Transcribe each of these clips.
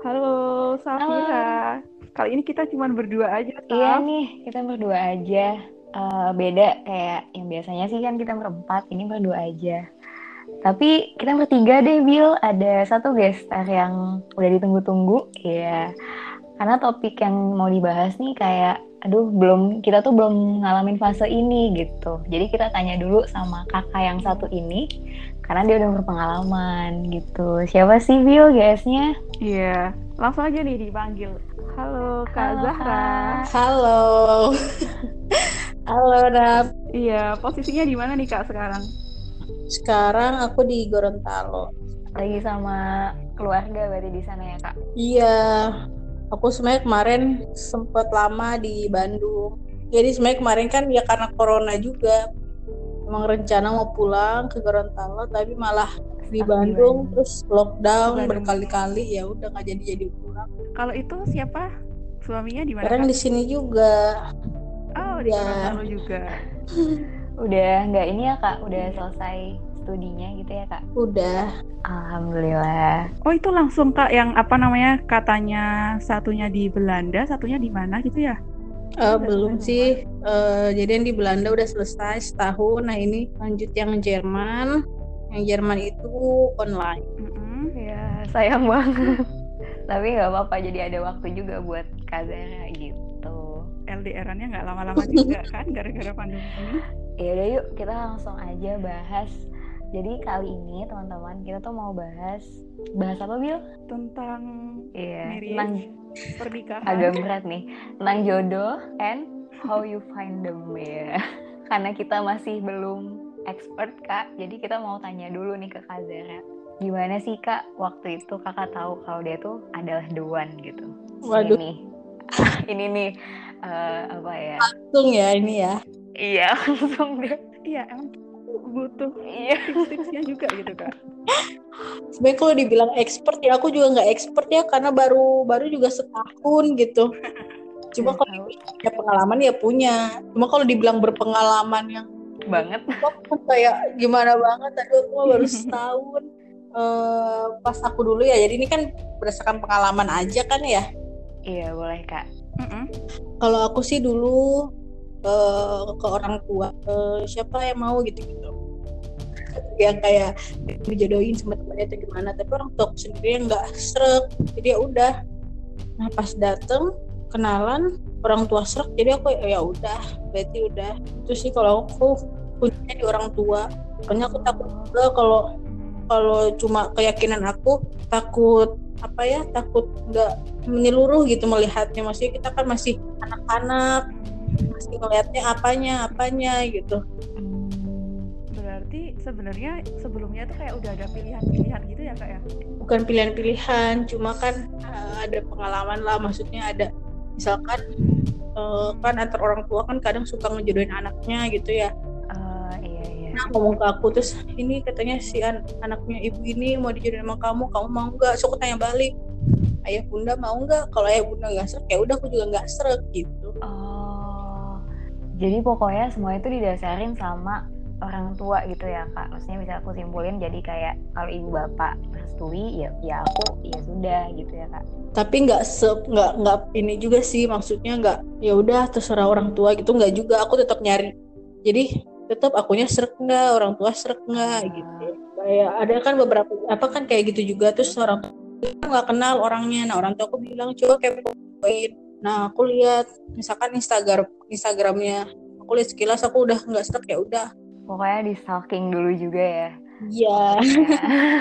Halo, Halo, Safira. Kali ini kita cuma berdua aja, iya Saf. nih kita berdua aja. Beda kayak yang biasanya sih kan kita berempat, ini berdua aja. Tapi kita bertiga deh, Bill. Ada satu guest star yang udah ditunggu-tunggu, ya. Karena topik yang mau dibahas nih kayak, aduh, kita tuh belum ngalamin fase ini gitu. Jadi kita tanya dulu sama kakak yang satu Iya. ini, karena dia udah berpengalaman gitu. Siapa sih Bill guestnya? Iya, langsung aja nih dipanggil. Halo, Kak Halo Zahra. kak. Halo, halo Raf. Iya, posisinya di mana nih Kak sekarang? Sekarang aku di Gorontalo. Lagi sama keluarga berarti di sana ya kak? Iya, aku sebenarnya kemarin sempat lama di Bandung. Jadi sebenarnya kemarin kan ya karena corona juga, emang rencana mau pulang ke Gorontalo, tapi malah di Stuck di Bandung Bandung. terus Ke lockdown Bandung. berkali-kali, ya udah nggak jadi pulang. Kalau itu siapa? Suaminya di mana Sekarang Kak? di sini juga, Oh, di ya Gorontalo juga. Udah nggak ini ya kak? Udah selesai studinya gitu ya kak? udah. Alhamdulillah. Oh, itu langsung Kak yang apa namanya? Katanya satunya di Belanda, satunya di mana gitu ya? Itu udah selesai Belum semua. sih. Jadi yang di Belanda udah selesai setahun. Nah ini lanjut yang Jerman. Yang Jerman itu online. Mm-mm. Ya sayang banget. Tapi nggak apa-apa, jadi ada waktu juga buat Kak Zara gitu. LDR-annya nggak lama-lama juga kan, gara-gara pandemi ini. Ya udah yuk kita langsung aja bahas. Jadi kali ini teman-teman kita tuh mau bahas apa Bil? Tentang Iya, tentang marriage, pernikahan. agak berat nih, tentang jodoh and how you find them ya. Karena kita masih belum expert kak, jadi kita mau tanya dulu nih ke Kak Zara. Gimana sih kak waktu itu kakak tahu kalau dia tuh adalah the one gitu? Ini Waduh, nih, ini nih apa ya? langsung ya ini ya. Iya langsung deh. Iya, emang butuh Iya. tips-tipsnya juga gitu kak. Sebenarnya kalau dibilang expert ya aku juga nggak expert ya karena baru juga setahun gitu. Cuma Udah kalau tahu ya pengalaman ya punya. Cuma kalau dibilang berpengalaman yang banget. kayak gimana banget, tadi aku mah baru setahun. Pas aku dulu ya, jadi ini kan berdasarkan pengalaman aja kan ya. Iya boleh kak. Mm-mm. Kalau aku sih dulu ke orang tua, siapa yang mau gitu-gitu, yang kayak dijodohin sama temannya atau gimana, tapi orang tua aku sendiri yang nggak srek, jadi ya udah. Nah pas dateng kenalan orang tua srek, jadi aku ya udah, berarti udah. Itu sih kalau aku punya di orang tua, soalnya aku takut juga kalau kalau cuma keyakinan aku, takut apa ya, takut nggak menyeluruh gitu melihatnya, maksudnya kita kan masih anak-anak, masih melihatnya apanya gitu. Berarti sebenarnya sebelumnya tuh kayak udah ada pilihan-pilihan gitu ya kak ya? Bukan pilihan-pilihan, cuma kan ada pengalaman lah, maksudnya ada misalkan kan antar orang tua kan kadang suka ngejodohin anaknya gitu ya. Iya iya. Nah ngomong ke aku, terus ini katanya si anaknya ibu ini mau dijodohin sama kamu mau nggak? So aku tanya balik, ayah bunda mau nggak? Kalau ayah bunda nggak srek ya udah, aku juga nggak srek gitu. Oh, jadi pokoknya semua itu didasarin sama orang tua gitu ya kak. Maksudnya bisa aku simpulin jadi kayak kalau ibu bapak merestui ya aku ya sudah gitu ya kak. Tapi nggak ini juga sih, maksudnya nggak ya udah terserah orang tua gitu, nggak juga, aku tetap nyari. Jadi tetap akunya srek nggak, orang tua srek nggak gitu. Kayak ada kan beberapa apa kan kayak gitu juga, terus orang tua nggak kenal orangnya. Nah orang tua aku bilang coba kepoin. Nah aku lihat misalkan Instagramnya, aku lihat sekilas, aku udah nggak srek ya udah. Pokoknya di stalking dulu juga ya. Iya. Maksudnya.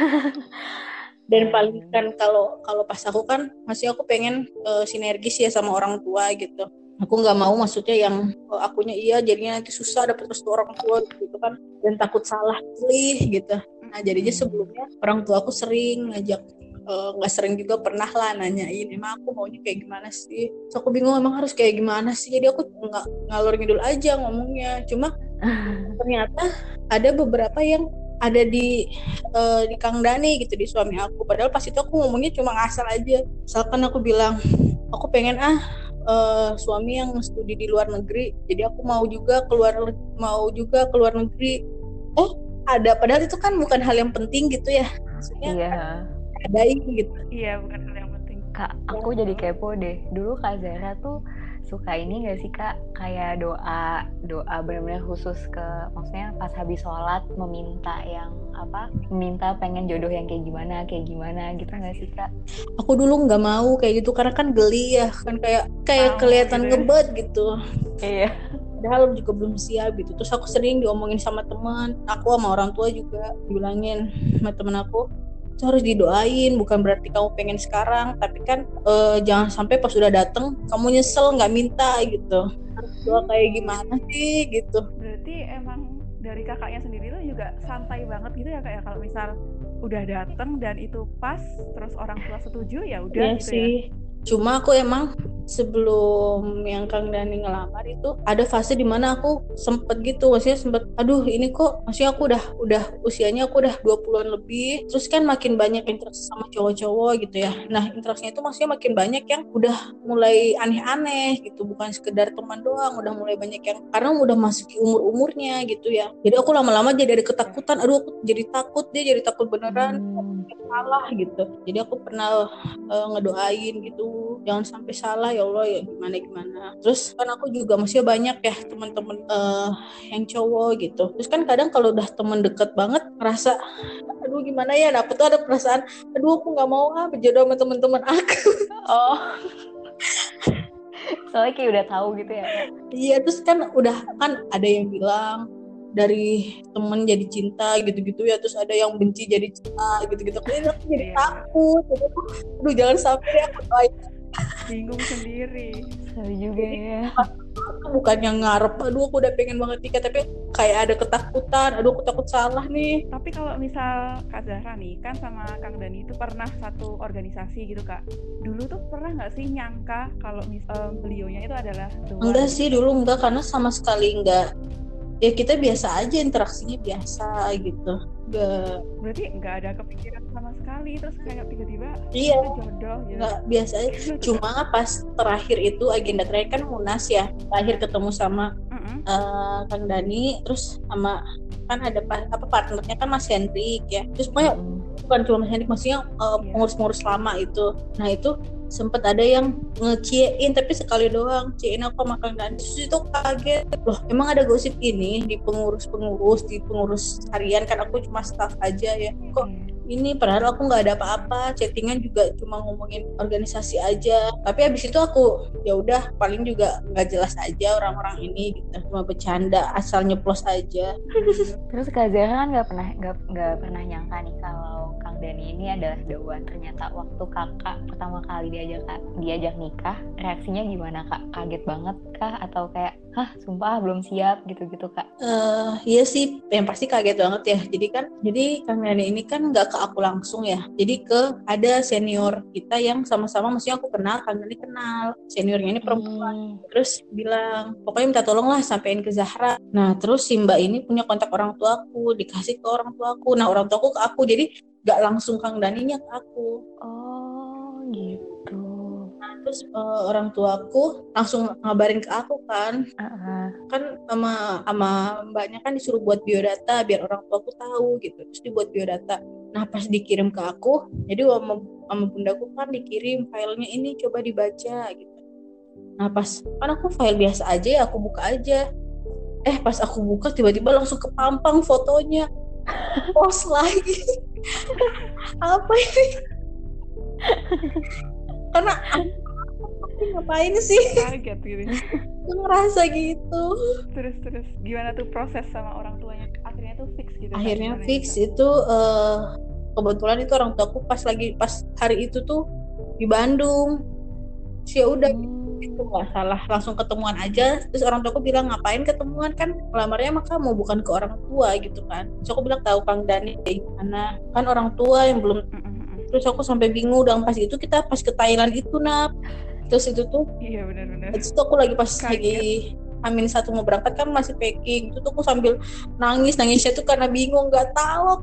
Dan paling kan kalau kalau pas aku kan masih aku pengen sinergis ya sama orang tua gitu. Aku nggak mau maksudnya yang akunya iya jadinya nanti susah dapet restu orang tua gitu kan, dan takut salah pilih gitu. Nah jadinya sebelumnya orang tua aku sering ngajak, nggak sering juga pernah lah nanyain emang aku maunya kayak gimana sih. So aku bingung emang harus kayak gimana sih, jadi aku nggak ngalur ngidul aja ngomongnya. Cuma ternyata ada beberapa yang ada di Kang Dani gitu, di suami aku. Padahal pas itu aku ngomongnya cuma ngasal aja. Misalkan aku bilang aku pengen suami yang studi di luar negeri, jadi aku mau juga keluar negeri. Oh ada, padahal itu kan bukan hal yang penting gitu ya, maksudnya Iya. adain gitu. Iya, bukan hal yang penting. Kak, aku jadi kepo deh. Dulu Kak Zara tuh suka ini gak sih Kak, kayak doa benar-benar khusus ke, maksudnya pas habis sholat meminta yang apa, meminta pengen jodoh yang kayak gimana gitu gak sih Kak? Aku dulu nggak mau kayak gitu karena kan geli ya, kan kayak kelihatan ngebet gitu. Iya. Padahal juga belum siap gitu. Terus aku sering diomongin sama teman, aku sama orang tua juga dibilangin sama temen aku, itu harus didoain, bukan berarti kamu pengen sekarang, tapi kan jangan sampai pas udah dateng kamu nyesel nggak minta gitu. Harus doa kayak gimana sih gitu. Berarti emang dari kakaknya sendiri lo juga santai banget gitu ya kayak kalau misal udah dateng dan itu pas terus orang tua setuju ya udah Iya gitu sih. ya. Cuma aku emang sebelum yang Kang Dani ngelamar itu ada fase dimana aku sempet gitu, maksudnya sempet aduh ini kok, maksudnya aku udah usianya aku udah 20-an lebih, terus kan makin banyak interaksi sama cowok-cowok gitu ya. Nah interaksinya itu maksudnya makin banyak yang udah mulai aneh-aneh gitu, bukan sekedar teman doang, udah mulai banyak yang karena udah masuk umur-umurnya gitu ya. Jadi aku lama-lama jadi ada ketakutan, aduh aku jadi takut beneran salah gitu. Jadi aku pernah ngedoain gitu jangan sampai salah ya Allah ya gimana. Terus kan aku juga masih banyak ya teman-teman yang cowok gitu. Terus kan kadang kalau udah temen deket banget ngerasa aduh gimana ya, dapet tuh ada perasaan aduh aku nggak mau berjodoh sama teman-teman aku. Oh. Soalnya kayak udah tahu gitu ya. Iya, terus kan udah kan ada yang bilang dari temen jadi cinta gitu-gitu ya, terus ada yang benci jadi cinta gitu-gitu. Jadi aku jadi takut. Jadi aduh jangan sampai aku doain. Bingung sendiri. Tahu juga ya. Aku bukan yang ngarep, aduh aku udah pengen banget nikah, tapi kayak ada ketakutan, aduh aku takut salah nih. Tapi kalau misal Kak Zahra nih, kan sama Kang Dani itu pernah satu organisasi gitu Kak. Dulu tuh pernah nggak sih nyangka kalau beliaunya itu adalah Tuhan? Enggak sih, dulu enggak, karena sama sekali enggak. Ya kita biasa aja, interaksinya biasa gitu. Berarti nggak ada kepikiran sama sekali, terus kayak tiba-tiba iya, jodoh gitu. Nggak biasa aja. Cuma pas terakhir itu agenda terakhir kan Munas ya, terakhir ketemu sama Kang Dani, terus sama kan ada partnernya kan Mas Hendrik ya, terus pokoknya bukan cuma Mas Hendrik, maksudnya pengurus-pengurus lama itu. Nah itu sempet ada yang ngeciein, tapi sekali doang ciein aku sama Kang Dani. Terus itu kaget, loh emang ada gosip ini di pengurus harian, kan aku cuma staff aja ya, kok ini padahal aku nggak ada apa-apa, chattingan juga cuma ngomongin organisasi aja. Tapi abis itu aku ya udah paling juga nggak jelas aja orang-orang ini gitu, cuma bercanda asal nyeplos aja. Terus Kak Zara kan nggak pernah nyangka nih kalau Kang Dani ini adalah Dawan. Ternyata waktu kakak pertama kali diajak nikah, reaksinya gimana Kak? Kaget banget kah atau kayak sumpah belum siap gitu Kak? Iya sih, yang pasti kaget banget ya. Jadi Kang Dani ini kan nggak ke aku langsung ya. Jadi ada senior kita yang sama-sama, maksudnya aku kenal, Kang Dani kenal. Seniornya ini perempuan. Terus bilang, pokoknya minta tolong lah sampein ke Zahra. Nah, terus si Mbak ini punya kontak orang tuaku, dikasih ke orang tuaku. Nah, orang tuaku ke aku. Jadi nggak langsung Kang Daninya ke aku. Oh, gitu. Terus orang tuaku langsung ngabarin ke aku kan. Kan sama mbaknya kan disuruh buat biodata biar orang tuaku tahu gitu. Terus dibuat biodata. Nah pas dikirim ke aku, jadi sama bundaku kan dikirim filenya, ini coba dibaca gitu. Nah pas kan aku file biasa aja ya, aku buka aja. Pas aku buka tiba-tiba langsung kepampang fotonya. Post lagi. Apa ini? Karena ngapain sih? Kaget gitu. Ngerasa gitu. Terus gimana tuh proses sama orang tuanya? Akhirnya tuh fix gitu. Akhirnya fix itu kebetulan itu orang tuaku pas hari itu tuh di Bandung. Ya udah itu nggak salah, langsung ketemuan aja. Terus orang tuaku bilang ngapain ketemuan, kan ngelamarnya mah kamu bukan ke orang tua gitu kan. Terus aku bilang tahu Kang Dani kayak gimana, kan orang tua yang belum. Terus aku sampai bingung, dan pas itu kita pas ke Thailand itu terus itu tuh iya benar-benar. Itu tuh aku lagi Amin 1 mau berangkat kan masih packing. Itu tuh aku sambil nangisnya tuh karena bingung, nggak tahu.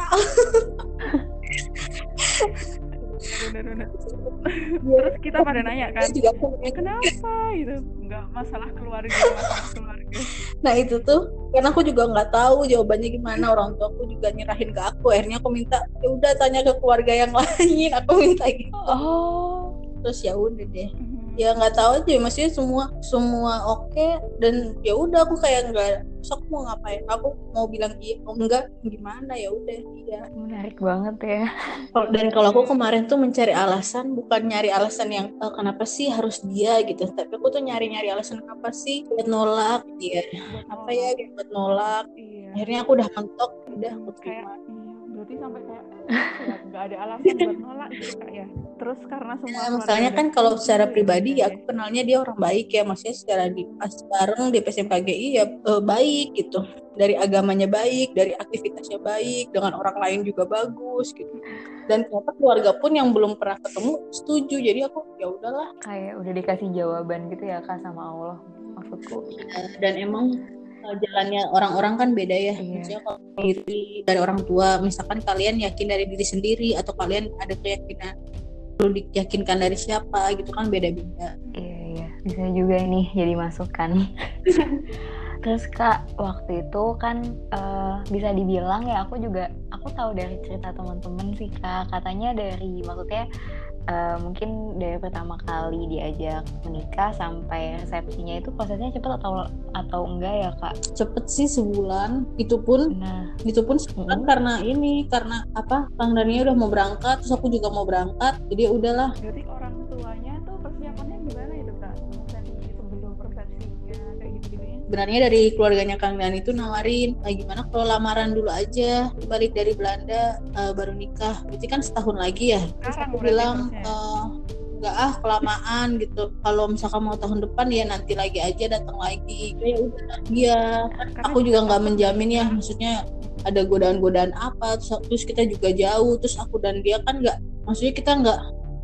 Benar. Terus kita pada nanya kan, kenapa gitu? Nggak masalah keluarga. Nah itu tuh karena aku juga nggak tahu jawabannya gimana, orang tua aku juga nyerahin ke aku. Akhirnya aku minta ya udah tanya ke keluarga yang lain, aku minta gitu. Oh terus ya udah deh. Ya nggak tahu aja, maksudnya semua oke, dan ya udah aku kayak nggak, terus aku mau ngapain, aku mau bilang iya oh enggak gimana, ya udah iya. Menarik banget ya. Dan kalau aku kemarin tuh mencari alasan, bukan nyari alasan yang kenapa sih harus dia gitu, tapi aku tuh nyari alasan kenapa sih buat nolak dia, apa ya gitu, buat nolak. Akhirnya aku udah mentok, udah aku terima. Berarti sampai kayak ya nggak ada alasan buat nolak gitu kak ya. Terus karena semua Masalahnya kan kalau secara pribadi ya aku kenalnya dia orang baik ya, maksudnya secara di pas bareng di PSMKGI ya baik gitu, dari agamanya baik, dari aktivitasnya baik, dengan orang lain juga bagus gitu. Dan ternyata keluarga pun yang belum pernah ketemu setuju, jadi aku ya udahlah, kayak udah dikasih jawaban gitu ya kak sama Allah maksudku. Dan emang jalannya orang-orang kan beda ya. Maksudnya kalau diri dari orang tua, misalkan kalian yakin dari diri sendiri atau kalian ada keyakinan perlu diyakinkan dari siapa gitu kan, beda-beda. Iya bisa juga nih jadi masukan. Terus kak, waktu itu kan bisa dibilang ya aku tahu dari cerita teman-teman sih kak, katanya dari maksudnya mungkin dari pertama kali diajak menikah sampai resepsinya itu prosesnya cepat atau enggak ya kak? Cepet sih, sebulan. Itu pun sebulan karena apa, Kang Dania udah mau berangkat, terus aku juga mau berangkat, jadi udahlah. Jadi orang tuanya tuh persiapannya gimana itu kak? Sebelum persepsinya kayak gitu-gitu ya? Sebenarnya dari keluarganya Kang Dani itu nawarin, gimana kalau lamaran dulu aja, balik dari Belanda baru nikah. Berarti kan setahun lagi ya. Terus aku bilang enggak kelamaan gitu. Kalau misalkan mau tahun depan ya nanti lagi aja, datang lagi. Ya udah. Iya, aku juga nggak menjamin ya, maksudnya ada godaan-godaan apa. Terus kita juga jauh. Terus aku dan dia kan maksudnya kita nggak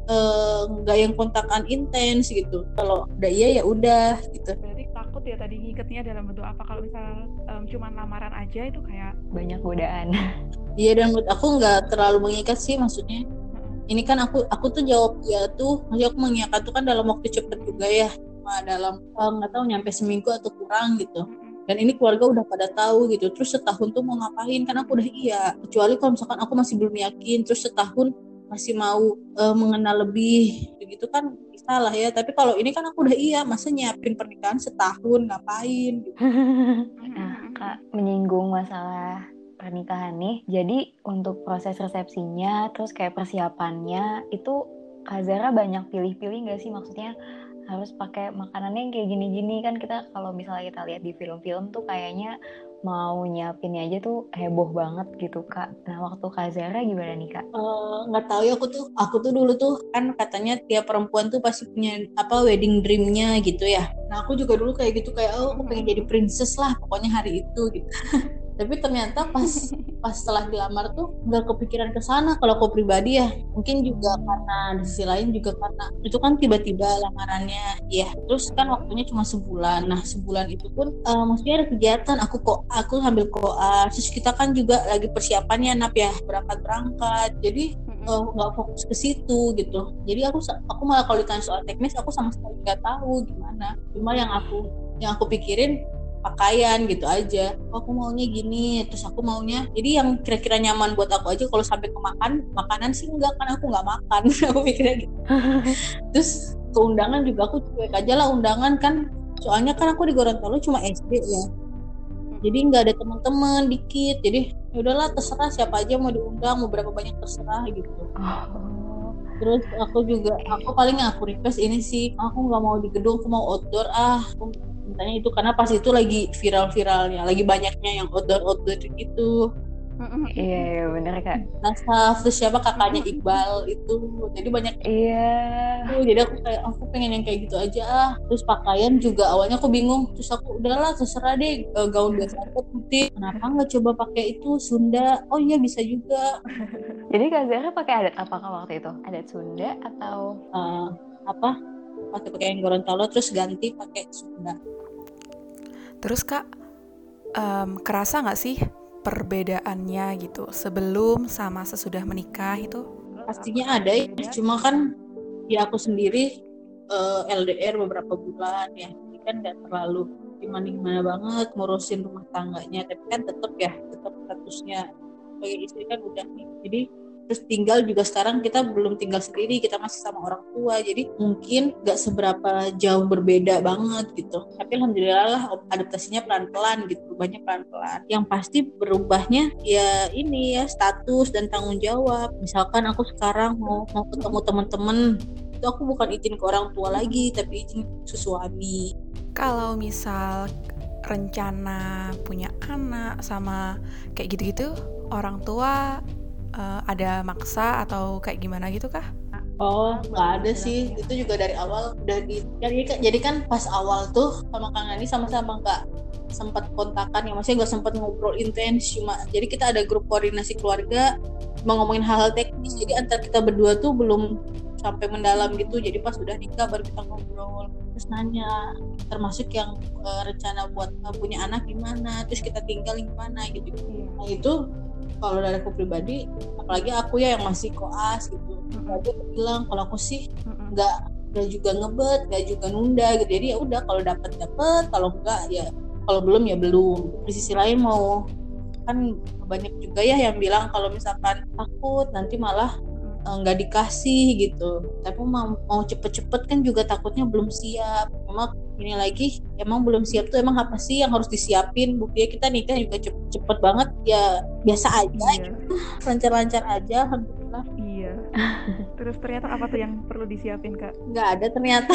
yang kontakan intens gitu. Kalau udah iya ya udah gitu. Berarti takut ya tadi ngiketnya dalam bentuk apa? Kalau misal cuma lamaran aja itu kayak banyak godaan. Iya, dan menurut aku nggak terlalu mengikat sih, maksudnya. Ini kan aku tuh jawab ya tuh, maksudnya aku mengiyakan tuh kan dalam waktu cepet juga ya, cuma dalam nggak tahu nyampe seminggu atau kurang gitu. Dan ini keluarga udah pada tahu gitu. Terus setahun tuh mau ngapain? Kan aku udah iya. Kecuali kalau misalkan aku masih belum yakin, terus setahun masih mau mengenal lebih gitu kan salah ya. Tapi kalau ini kan aku udah iya, masa nyiapin pernikahan setahun ngapain gitu. Nah kak, menyinggung masalah pernikahan nih, jadi untuk proses resepsinya terus kayak persiapannya itu Kak Zara banyak pilih-pilih nggak sih? Maksudnya harus pakai makanannya yang kayak gini-gini, kan kita kalau misalnya kita lihat di film-film tuh kayaknya mau nyiapinnya aja tuh heboh banget gitu kak. Nah waktu Kak Zara gimana nih kak? Nggak tahu ya, aku tuh dulu tuh kan katanya tiap perempuan tuh pasti punya apa wedding dreamnya gitu ya. Nah aku juga dulu kayak gitu, kayak aku pengen jadi princess lah pokoknya hari itu gitu. Tapi ternyata pas setelah dilamar tuh nggak kepikiran ke sana kalau aku pribadi ya. Mungkin juga karena di sisi lain juga karena itu kan tiba-tiba lamarannya ya. Terus kan waktunya cuma sebulan. Nah sebulan itu pun maksudnya ada kegiatan, aku sambil koas. Terus kita kan juga lagi persiapannya Nap ya, berangkat. Jadi nggak fokus ke situ gitu. Jadi aku malah kalau ditanya soal teknis aku sama sekali nggak tahu gimana. Cuma yang aku pikirin pakaian gitu aja. Aku maunya gini, terus aku maunya jadi yang kira-kira nyaman buat aku aja. Kalau sampai ke makanan sih enggak, kan aku nggak makan. Aku mikirnya gitu. Terus ke undangan juga aku cuek aja lah undangan kan, soalnya kan aku di Gorontalo cuma SD ya, jadi nggak ada teman-teman, dikit. Jadi ya udahlah terserah siapa aja mau diundang, mau berapa banyak terserah gitu. Terus aku paling aku request ini sih, aku nggak mau di gedung, aku mau outdoor. Aku mintanya itu karena pas itu lagi viral-viralnya, lagi banyaknya yang outdoor gitu. Iya bener kak. Nasaf, terus siapa kakaknya Iqbal itu, jadi banyak. Iya. Jadi aku pengen yang kayak gitu aja. Terus pakaian juga awalnya aku bingung, terus aku udahlah terserah deh, gaun biasa aja putih. Kenapa nggak coba pakai itu Sunda? Oh iya bisa juga. Jadi Kak Zara pakai adat apa kak waktu itu? Adat Sunda atau pakai yang Gorontalo terus ganti pakai Sunda. Terus kak, kerasa nggak sih perbedaannya gitu sebelum sama sesudah menikah itu? Pastinya ada ya, cuma kan ya aku sendiri LDR beberapa bulan ya, ini kan nggak terlalu gimana banget ngurusin rumah tangganya, tapi kan tetap statusnya sebagai istri kan udah nih. Jadi Terus tinggal juga sekarang kita belum tinggal sendiri, kita masih sama orang tua, jadi mungkin gak seberapa jauh berbeda banget gitu. Tapi alhamdulillah lah adaptasinya pelan-pelan gitu, berubahnya pelan-pelan. Yang pasti berubahnya ya ini ya, status dan tanggung jawab. Misalkan aku sekarang mau ketemu teman-teman, itu aku bukan izin ke orang tua lagi, tapi izin ke suami. Kalau misal rencana punya anak sama kayak gitu-gitu, orang tua ada maksa atau kayak gimana gitu kah? Oh, nggak ada sih. Itu juga dari awal udah jadi kan pas awal tuh sama Kang Ani sama-sama nggak sempat kontakan ya, maksudnya nggak sempat ngobrol intens, cuma jadi kita ada grup koordinasi keluarga mau ngomongin hal-hal teknis. Jadi antar kita berdua tuh belum sampai mendalam gitu. Jadi pas udah nikah baru kita ngobrol, terus nanya termasuk yang rencana buat punya anak gimana, terus kita tinggal gimana gitu. Nah itu kalau dari aku pribadi, apalagi aku ya yang masih koas gitu, aku bilang kalau aku sih nggak juga ngebet, nggak juga nunda gitu. Jadi ya udah, kalau dapat, kalau enggak ya, kalau belum ya belum. Di sisi lain mau kan banyak juga ya yang bilang kalau misalkan takut nanti malah nggak dikasih gitu. Tapi mau cepet-cepet kan juga takutnya belum siap. Memang ini lagi emang belum siap tuh, emang apa sih yang harus disiapin? Buktinya kita nikah juga cepet banget ya, biasa aja gitu. Lancar-lancar aja alhamdulillah. Iya. Terus ternyata apa tuh yang perlu disiapin, Kak? Nggak ada ternyata.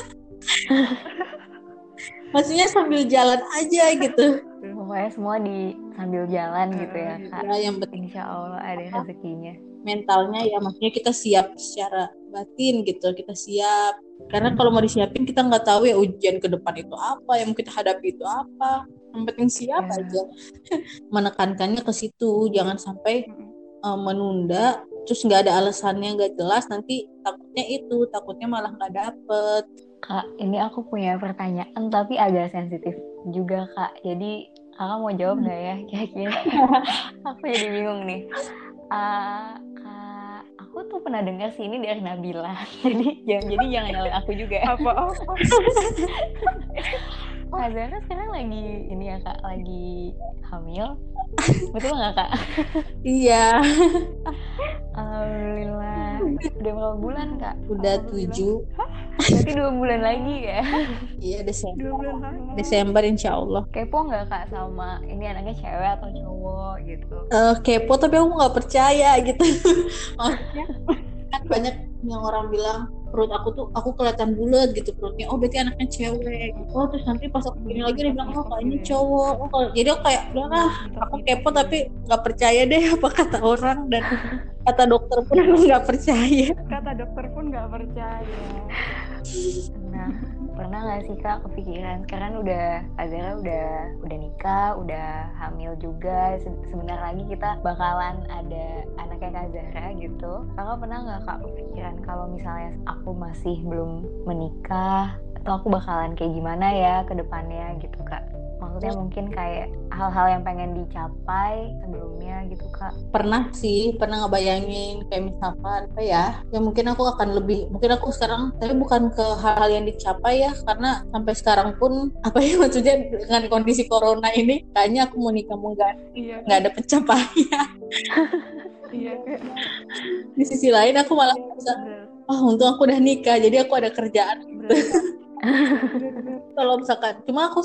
Maksudnya sambil jalan aja gitu. Pokoknya semua sambil jalan gitu ya Kak. Ya, yang penting Insya Allah ada rezekinya. mentalnya ya, maksudnya kita siap secara batin gitu, kita siap. Karena kalau mau disiapin kita nggak tahu ya ujian ke depan itu apa, yang kita hadapi itu apa. Yang penting siap aja. Menekankannya ke situ, jangan sampai menunda terus nggak ada alasannya, nggak jelas, nanti takutnya malah nggak dapet. Kak, ini aku punya pertanyaan tapi agak sensitif juga Kak. Jadi Kakak mau jawab nggak ya kira-kira? Aku jadi bingung nih. Kak, aku tuh pernah dengar sih ini dari Nabila. Jadi jangan nyalain aku juga. Apa? Kak Zara sekarang lagi ini ya Kak, lagi hamil. Betul nggak Kak? Iya. Alhamdulillah. Udah berapa bulan Kak? Udah 7. Berarti 2 bulan lagi ya? Iya, Desember insya Allah. Kepo nggak Kak sama ini anaknya cewek atau cowok gitu? Kepo tapi aku nggak percaya gitu. Maksudnya kan banyak yang orang bilang perut aku kelihatan bulat gitu perutnya, oh berarti anaknya cewek. Oh terus nanti pas aku gini lagi dia bilang oh kayaknya cowok. Jadi aku kayak udahlah, aku kepo tapi nggak percaya deh apa kata orang, dan kata dokter pun aku nggak percaya. Kata dokter pun nggak percaya. Nah, pernah nggak sih Kak kepikiran sekarang Kak Zara udah nikah, udah hamil juga, sebentar lagi kita bakalan ada anaknya Kak Zara gitu. Kakak pernah nggak Kak kepikiran kalau misalnya aku masih belum menikah atau aku bakalan kayak gimana ya ke depannya gitu Kak? Maksudnya mungkin kayak hal-hal yang pengen dicapai sebelumnya gitu Kak. Pernah ngebayangin kayak misalkan apa ya mungkin aku akan mungkin aku sekarang, tapi bukan ke hal-hal yang dicapai ya, karena sampai sekarang pun apa ya maksudnya dengan kondisi corona ini kayaknya aku mau nikah mau nggak ada pencapaian. Iya kayak. Di sisi lain aku malah bisa, untung aku udah nikah jadi aku ada kerjaan gitu. Kalau misalkan cuma aku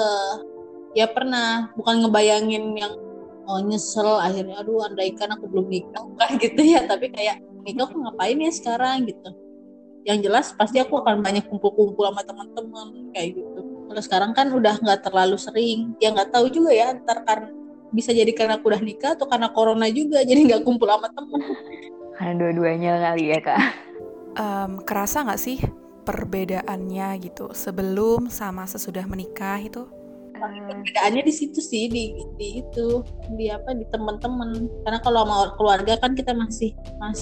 ya pernah bukan ngebayangin yang nyesel akhirnya aduh andaikan aku belum nikah kayak gitu ya, tapi kayak nikah aku ngapain ya sekarang gitu. Yang jelas pasti aku akan banyak kumpul-kumpul sama teman-teman kayak gitu. Kalau sekarang kan udah nggak terlalu sering, ya nggak tahu juga ya antar karena bisa jadi karena aku udah nikah atau karena corona juga jadi nggak kumpul sama teman. Karena dua-duanya kali ya Kak. Kerasa nggak sih perbedaannya gitu sebelum sama sesudah menikah itu? Perbedaannya di situ sih di teman-teman, karena kalau sama keluarga kan kita masih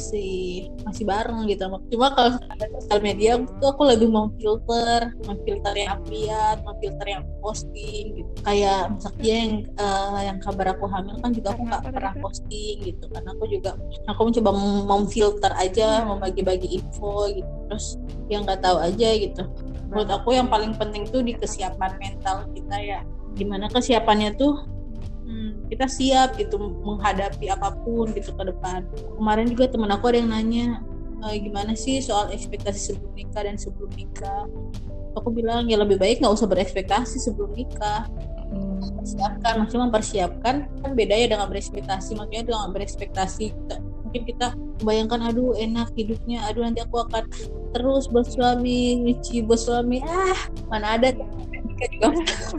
bareng gitu. Cuma kalau ada sosial media itu aku lebih mau filter yang update, mau filter yang posting gitu. Kayak misalnya yang kabar aku hamil kan juga aku nggak pernah posting gitu, karena aku mencoba memfilter aja, membagi-bagi info gitu. Terus yang nggak tahu aja gitu. Menurut aku yang paling penting tuh di kesiapan mental kita ya. Gimana kesiapannya tuh kita siap gitu menghadapi apapun gitu ke depan. Kemarin juga teman aku ada yang nanya gimana sih soal ekspektasi sebelum nikah dan sebelum nikah. Aku bilang ya lebih baik nggak usah berekspektasi sebelum nikah. Persiapkan, maksudnya mempersiapkan kan beda ya dengan berekspektasi. Maksudnya dengan berekspektasi mungkin kita membayangkan aduh enak hidupnya, aduh nanti aku akan terus bersuami, nyuci bersuami, mana ada nikah juga.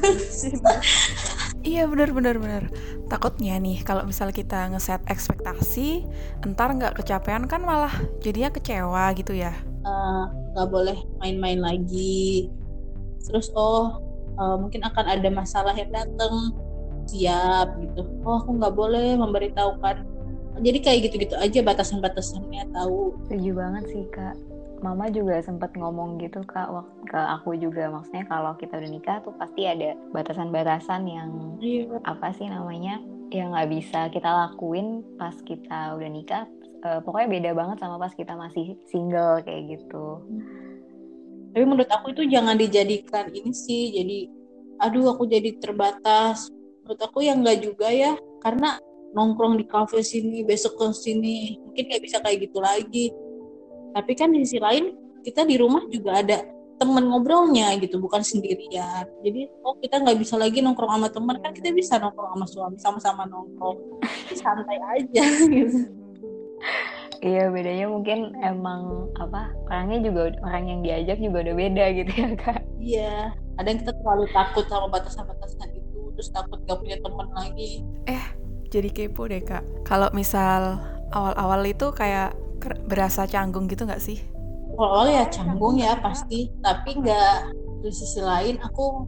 Iya benar. Takutnya nih kalau misal kita ngeset ekspektasi, entar nggak kecapean kan malah jadinya kecewa gitu ya. Nggak boleh main-main lagi. Terus mungkin akan ada masalah yang datang, siap gitu. Aku nggak boleh memberitahukan. Jadi kayak gitu-gitu aja batasan-batasannya tahu. Setuju banget sih Kak. Mama juga sempat ngomong gitu Kak ke aku juga, maksudnya kalau kita udah nikah tuh pasti ada batasan-batasan yang apa sih namanya yang nggak bisa kita lakuin pas kita udah nikah. Pokoknya beda banget sama pas kita masih single kayak gitu. Tapi menurut aku itu jangan dijadikan ini sih, jadi aduh aku jadi terbatas. Menurut aku ya enggak juga ya, karena nongkrong di kafe sini, besok ke sini, mungkin nggak bisa kayak gitu lagi. Tapi kan di sisi lain kita di rumah juga ada temen ngobrolnya gitu, bukan sendirian. Jadi kita nggak bisa lagi nongkrong sama teman, kan kita bisa nongkrong sama suami, sama-sama nongkrong, santai aja gitu. Iya, bedanya mungkin emang orangnya juga, orang yang diajak juga udah beda gitu ya Kak. Iya, kadang kita terlalu takut sama batasan-batasan itu, terus takut gak punya teman lagi. Jadi kepo deh Kak, kalau misal awal-awal itu kayak berasa canggung gitu nggak sih? Awal-awal ya canggung ya pasti, tapi nggak, di sisi lain aku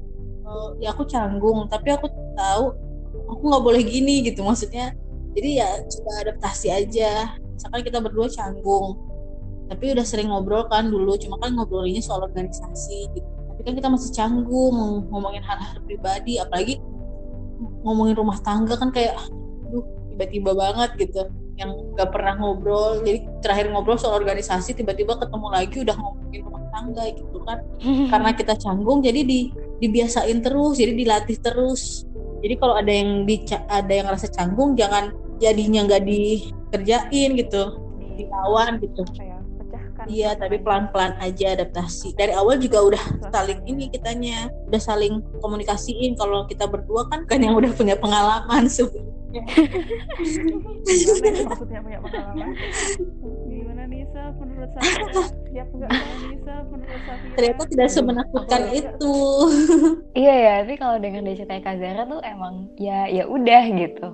canggung, tapi aku tahu aku nggak boleh gini gitu, maksudnya. Jadi ya coba adaptasi aja. Misalkan kita berdua canggung, tapi udah sering ngobrol kan dulu, cuma kan ngobrolnya soal organisasi gitu. Tapi kan kita masih canggung ngomongin hal-hal pribadi, apalagi ngomongin rumah tangga kan kayak tiba-tiba banget gitu, yang gak pernah ngobrol. Jadi terakhir ngobrol soal organisasi, tiba-tiba ketemu lagi udah ngomongin rumah tangga gitu kan. Karena kita canggung jadi dibiasain terus, jadi dilatih terus. Jadi kalau ada yang rasa canggung, jangan jadinya nggak dikerjain gitu, dilawan gitu. Iya, tapi pelan-pelan aja adaptasi. Dari awal juga udah saling kitanya, udah saling komunikasiin. Kalau kita berdua kan yang udah punya pengalaman sebelumnya. Gimana ya maksudnya punya pengalaman? Gimana Nisa menurut saya? Siap nggak Nisa menurut saya? Ternyata tidak semenakutkan itu. Iya ya, tapi kalau dengar dari cerita Kak Zara tuh emang ya udah gitu.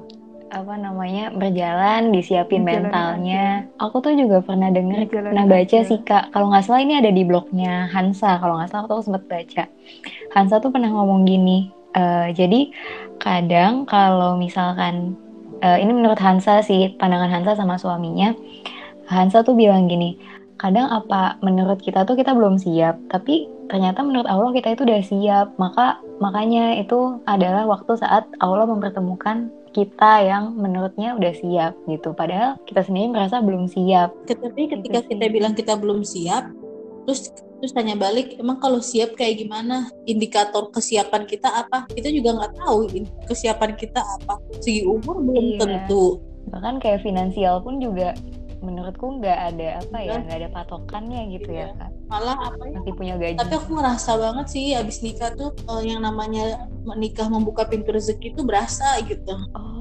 Berjalan, disiapin mentalnya. Aku tuh juga pernah baca sih Kak, kalau nggak salah ini ada di blognya Hansa, kalau nggak salah aku tuh sempat baca. Hansa tuh pernah ngomong gini, jadi kadang kalau misalkan, ini menurut Hansa sih, pandangan Hansa sama suaminya, Hansa tuh bilang gini, kadang apa menurut kita tuh kita belum siap, tapi ternyata menurut Allah kita itu udah siap, makanya itu adalah waktu saat Allah mempertemukan kita yang menurutnya udah siap gitu, padahal kita sendiri merasa belum siap. Tapi ketika kita bilang kita belum siap, terus tanya balik, emang kalau siap kayak gimana? Indikator kesiapan kita apa? Kita juga nggak tahu kesiapan kita apa. Segi umur belum tentu. Bahkan kayak finansial pun juga menurutku nggak ada nggak ada patokannya gitu ya Kak. Malah masih punya gaji. Tapi aku ngerasa banget sih abis nikah tuh yang namanya menikah membuka pintu rezeki tuh berasa gitu.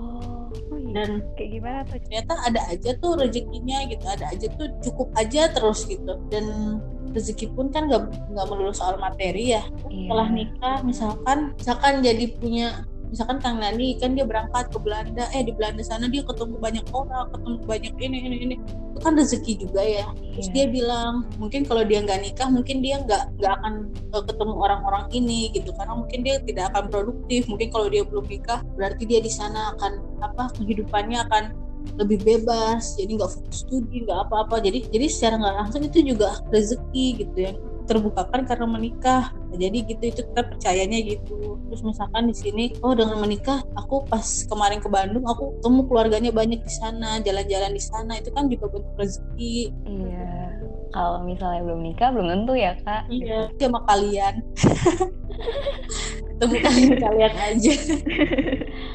Dan kayak gimana tuh? Ternyata ada aja tuh rezekinya gitu, ada aja tuh cukup aja terus gitu. Dan rezeki pun kan nggak melulu soal materi ya. Setelah nikah misalkan jadi punya, misalkan Kang Nani kan dia berangkat ke Belanda, di Belanda sana dia ketemu banyak orang, ketemu banyak ini, itu kan rezeki juga ya. Terus dia bilang mungkin kalau dia nggak nikah mungkin dia nggak akan ketemu orang-orang ini gitu, karena mungkin dia tidak akan produktif. Mungkin kalau dia belum nikah berarti dia di sana akan kehidupannya akan lebih bebas, jadi nggak fokus studi, nggak apa-apa. Jadi secara nggak langsung itu juga rezeki gitu yang terbukakan karena menikah. Jadi gitu, itu kita percayanya gitu. Terus misalkan di sini, dengan menikah aku pas kemarin ke Bandung, aku ketemu keluarganya banyak di sana, jalan-jalan di sana, itu kan juga bentuk rezeki. Iya. Kalau misalnya belum nikah belum tentu ya Kak. Iya, sama kalian. Ketemu kalian aja.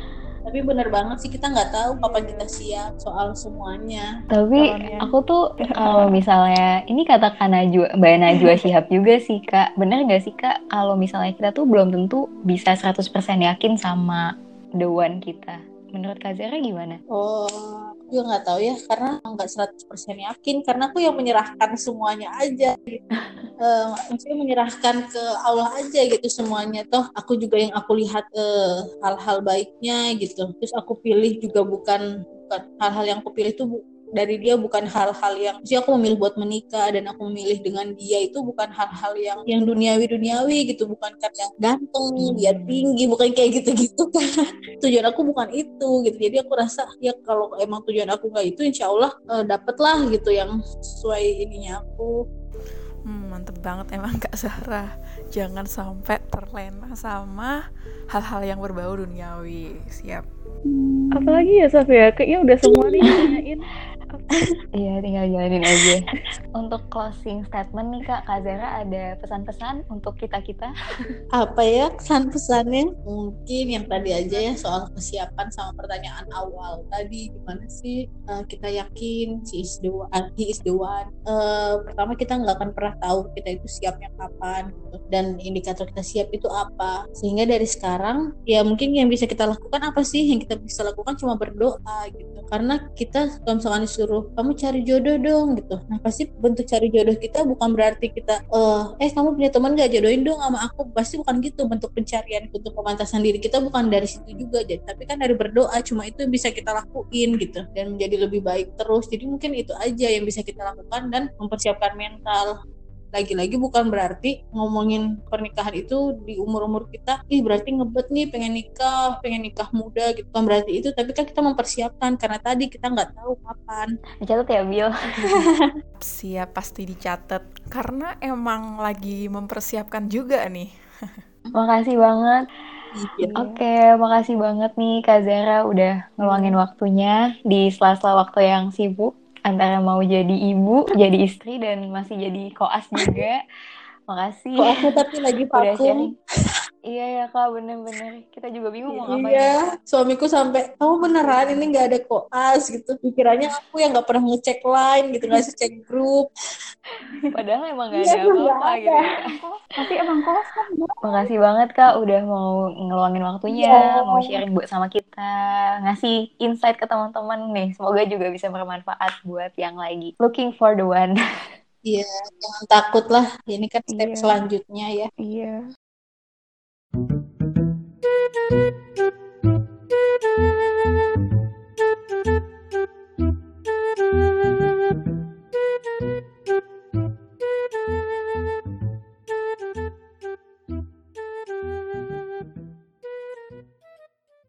Tapi bener banget sih, kita nggak tahu kapan kita siap soal semuanya. Tapi Soalnya aku tuh kalau misalnya ini kata Kak Najwa, Mbak Najwa Shihab juga sih Kak. Bener gak sih Kak kalau misalnya kita tuh belum tentu bisa 100% yakin sama the one kita. Menurut Kak Zara gimana? Oh, aku juga nggak tahu ya, karena nggak 100% yakin, karena aku yang menyerahkan semuanya aja. Maksudnya menyerahkan ke Allah aja gitu semuanya. Toh aku juga yang aku lihat hal-hal baiknya gitu. Terus aku pilih juga bukan hal-hal yang aku pilih tuh dari dia, bukan hal-hal yang sih aku memilih buat menikah dan aku memilih dengan dia itu bukan hal-hal yang duniawi gitu, bukan karena ganteng, dia tinggi, bukan kayak gitu-gitu kan. Tujuan aku bukan itu gitu. Jadi aku rasa ya kalau emang tujuan aku nggak itu, insya Allah dapet lah gitu yang sesuai ininya aku. Mantep banget emang Kak Zahra. Jangan sampai terlena sama hal-hal yang berbau duniawi. Siap. apalagi ya Saf ya, kayaknya udah semua nih nanyain. Iya, tinggal jalanin aja. Untuk closing statement nih Kak Zara ada pesan-pesan untuk kita-kita? Apa ya kesan pesannya? Mungkin yang tadi aja ya, soal kesiapan sama pertanyaan awal tadi, gimana sih kita yakin he is the one. Pertama, kita nggak akan pernah tahu kita itu siapnya kapan gitu. Dan indikator kita siap itu apa, sehingga dari sekarang ya mungkin yang bisa kita lakukan apa sih? Yang kita bisa lakukan cuma berdoa gitu, karena kita kalau misalkan disuruh kamu cari jodoh dong gitu, nah pasti bentuk cari jodoh kita bukan berarti kita kamu punya teman gak, jodohin dong sama aku, pasti bukan gitu. Bentuk pencarian untuk pemantasan diri kita bukan dari situ juga, jadi tapi kan dari berdoa, cuma itu yang bisa kita lakuin gitu, dan menjadi lebih baik terus. Jadi mungkin itu aja yang bisa kita lakukan dan mempersiapkan mental. Lagi-lagi bukan berarti ngomongin pernikahan itu di umur-umur kita, berarti ngebet nih pengen nikah muda gitu, bukan berarti itu. Tapi kan kita mempersiapkan, karena tadi kita nggak tahu kapan. Dicatat ya Bill. Siap, pasti dicatat. Karena emang lagi mempersiapkan juga nih. Makasih banget. Iya. Oke, makasih banget nih Kak Zara udah ngeluangin waktunya di sela-sela waktu yang sibuk antara mau jadi ibu, jadi istri, dan masih jadi koas juga. Makasih. Kok aku tapi lagi Udah vakum. sharing. Iya ya Kak, bener-bener. Kita juga bingung mau ngapain. Iya, suamiku sampai, kamu beneran ini nggak ada koas gitu. Pikirannya aku yang nggak pernah ngecek line gitu, nggak cek grup. Padahal emang gak Iya, ada nggak apa-apa ada. gitu ya. Tapi emang kos kan Makasih banget Kak udah mau ngeluangin waktunya, Iya. mau sharing buat sama kita, ngasih insight ke teman-teman nih. Semoga juga bisa bermanfaat buat yang lagi looking for the one. Iya, jangan takut lah. Ini kan step Iya. selanjutnya ya. iya.